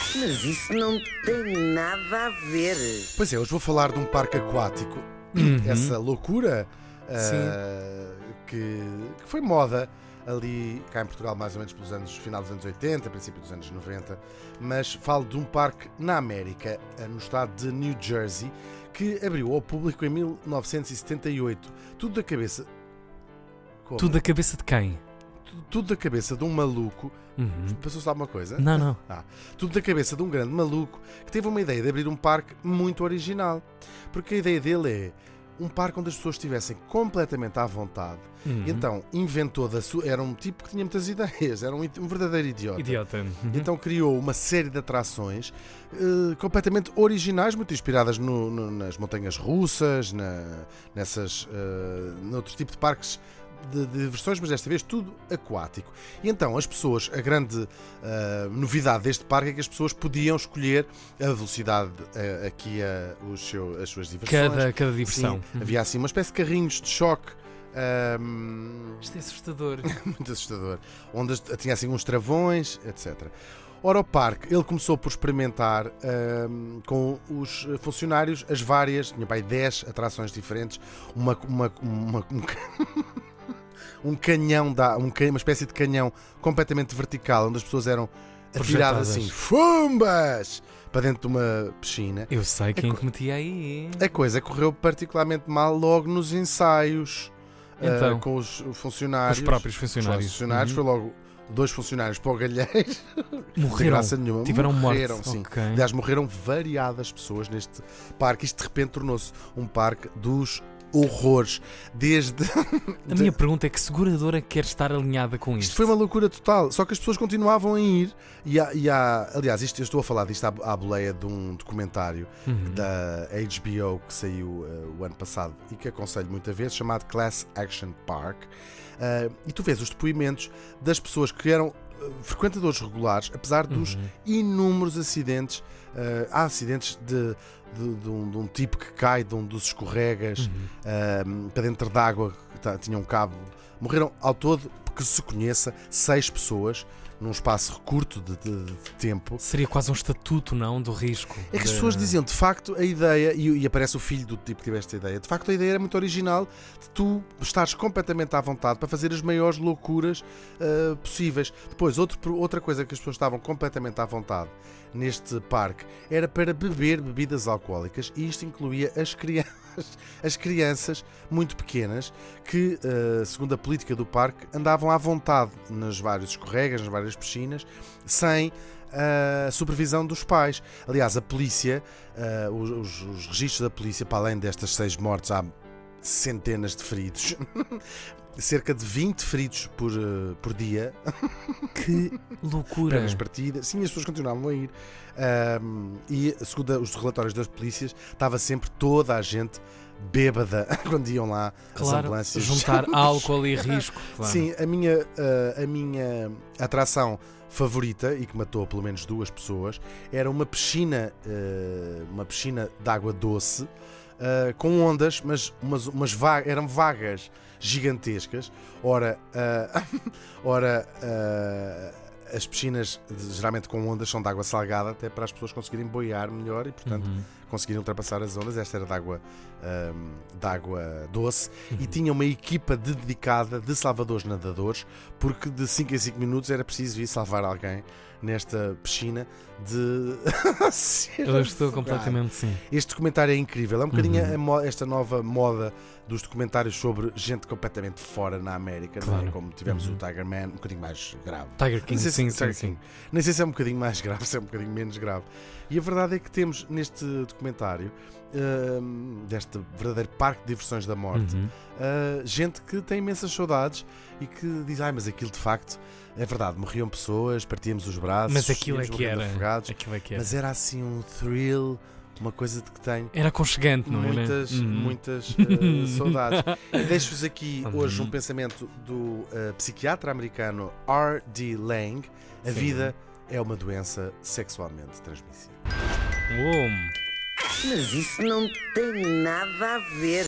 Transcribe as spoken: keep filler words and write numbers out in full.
Mas isso não tem nada a ver. Pois é, hoje vou falar de um parque aquático. Uhum. Essa loucura uh, que, que foi moda ali cá em Portugal, mais ou menos pelos anos, final dos anos oitenta, princípio dos anos noventa. Mas falo de um parque na América, no estado de New Jersey, que abriu ao público em mil novecentos e setenta e oito. Tudo da cabeça... Como? Tudo da cabeça de quem? Tudo, tudo da cabeça de um maluco. Uhum. Passou-se alguma coisa? Não, não. Ah, tudo da cabeça de um grande maluco que teve uma ideia de abrir um parque muito original. Porque a ideia dele é um parque onde as pessoas estivessem completamente à vontade. Uhum. E então inventou da sua... Era um tipo que tinha muitas ideias, era um, um verdadeiro idiota. Idiota. Uhum. Então criou uma série de atrações uh, completamente originais, muito inspiradas no, no, nas montanhas russas, na, nessas, uh, noutros tipos de parques de, de diversões, mas desta vez tudo aquático. E então as pessoas, a grande uh, novidade deste parque é que as pessoas podiam escolher a velocidade uh, aqui a, os seu, as suas diversões. Cada, cada diversão. Sim, Uhum. havia assim uma espécie de carrinhos de choque. Um, Isto é assustador. muito assustador, onde tinha assim uns travões, etcétera. Ora, o parque, ele começou por experimentar um, com os funcionários as várias, tinha pai dez atrações diferentes, uma, uma, uma, um, um canhão, da, um, uma espécie de canhão completamente vertical, onde as pessoas eram atiradas assim, fumbas, para dentro de uma piscina. Eu sei quem A que metia aí. A coisa correu particularmente mal logo nos ensaios. Então, Uh, com os funcionários. os próprios Os funcionários. funcionários, Uhum. foi logo dois funcionários para o galheiros. Sem Morreram. graça nenhuma. Tiveram morreram, morte. sim. Ok. Aliás, morreram variadas pessoas neste parque. Isto de repente tornou-se um parque dos horrores. Desde. A minha pergunta é: que seguradora quer estar alinhada com isto? Isto foi uma loucura total. Só que as pessoas continuavam a ir. E há, e há... Aliás, isto, eu estou a falar disto à, à boleia de um documentário Uhum. da H B O que saiu uh, o ano passado e que aconselho muitas vezes, chamado Class Action Park. Uh, e tu vês os depoimentos das pessoas que eram uh, frequentadores regulares, apesar dos Uhum. inúmeros acidentes. Uh, há acidentes de, de, de, um, de um tipo que cai de um dos escorregas Uhum. uh, para dentro d'água, que tá, tinha um cabo. Morreram ao todo, que se conheça, seis pessoas num espaço curto de, de, de tempo. Seria quase um estatuto, não? Do risco. É que as de... pessoas diziam, de facto, a ideia, e, e aparece o filho do tipo que tive esta ideia, de facto a ideia era muito original de tu estares completamente à vontade para fazer as maiores loucuras uh, possíveis. Depois, outro, outra coisa que as pessoas estavam completamente à vontade neste parque era para beber bebidas alcoólicas, e isto incluía as crianças. As crianças muito pequenas que, uh, segundo a política do parque, andavam à vontade nas vários escorregas, nas várias piscinas, sem a supervisão dos pais. Aliás, a polícia, uh, os, os, os registros da polícia, para além destas seis mortes, há centenas de feridos. Cerca de vinte feridos por, uh, por dia. Que loucura. Pernas partidas. Sim, as pessoas continuavam a ir. Um, e, segundo os relatórios das polícias, estava sempre toda a gente bêbada quando iam lá as Claro, ambulâncias. juntar álcool e risco. Claro. Sim, a minha, uh, a minha atração favorita, e que matou pelo menos duas pessoas, era uma piscina, uh, uma piscina de água doce, uh, com ondas, mas umas, umas va- eram vagas gigantescas. Ora, uh, ora uh, as piscinas geralmente com ondas são de água salgada, até para as pessoas conseguirem boiar melhor e, portanto, Uhum. conseguirem ultrapassar as ondas. Esta era de água, um, de água doce. Uhum. E tinha uma equipa dedicada de salvadores nadadores, porque de cinco em cinco minutos era preciso ir salvar alguém nesta piscina de ser Eu estou afogado. completamente sim. Este documentário é incrível. É um bocadinho Uhum. a mo- esta nova moda dos documentários sobre gente completamente fora na América, não é? Claro. Como tivemos Uhum. o Tiger Man, um bocadinho mais grave. Tiger King, Nem sei se- sim, sim, Tiger sim. King. Nem sei se é um bocadinho mais grave, se é um bocadinho menos grave. E a verdade é que temos neste documentário, hum, deste verdadeiro parque de diversões da morte, Uhum. uh, gente que tem imensas saudades e que diz, ai, mas aquilo de facto é verdade, morriam pessoas, partíamos os braços, Mas aquilo é íamos que morrendo era. afogados, Aquilo é que era. mas era assim um thrill, uma coisa de que tenho Era aconchegante, não era? muitas, Uhum. muitas uh, saudades. E deixo-vos aqui Uhum. hoje um pensamento do uh, psiquiatra americano R D Laing. A Sim. vida é uma doença sexualmente transmissível. Uou. Mas isso não tem nada a ver.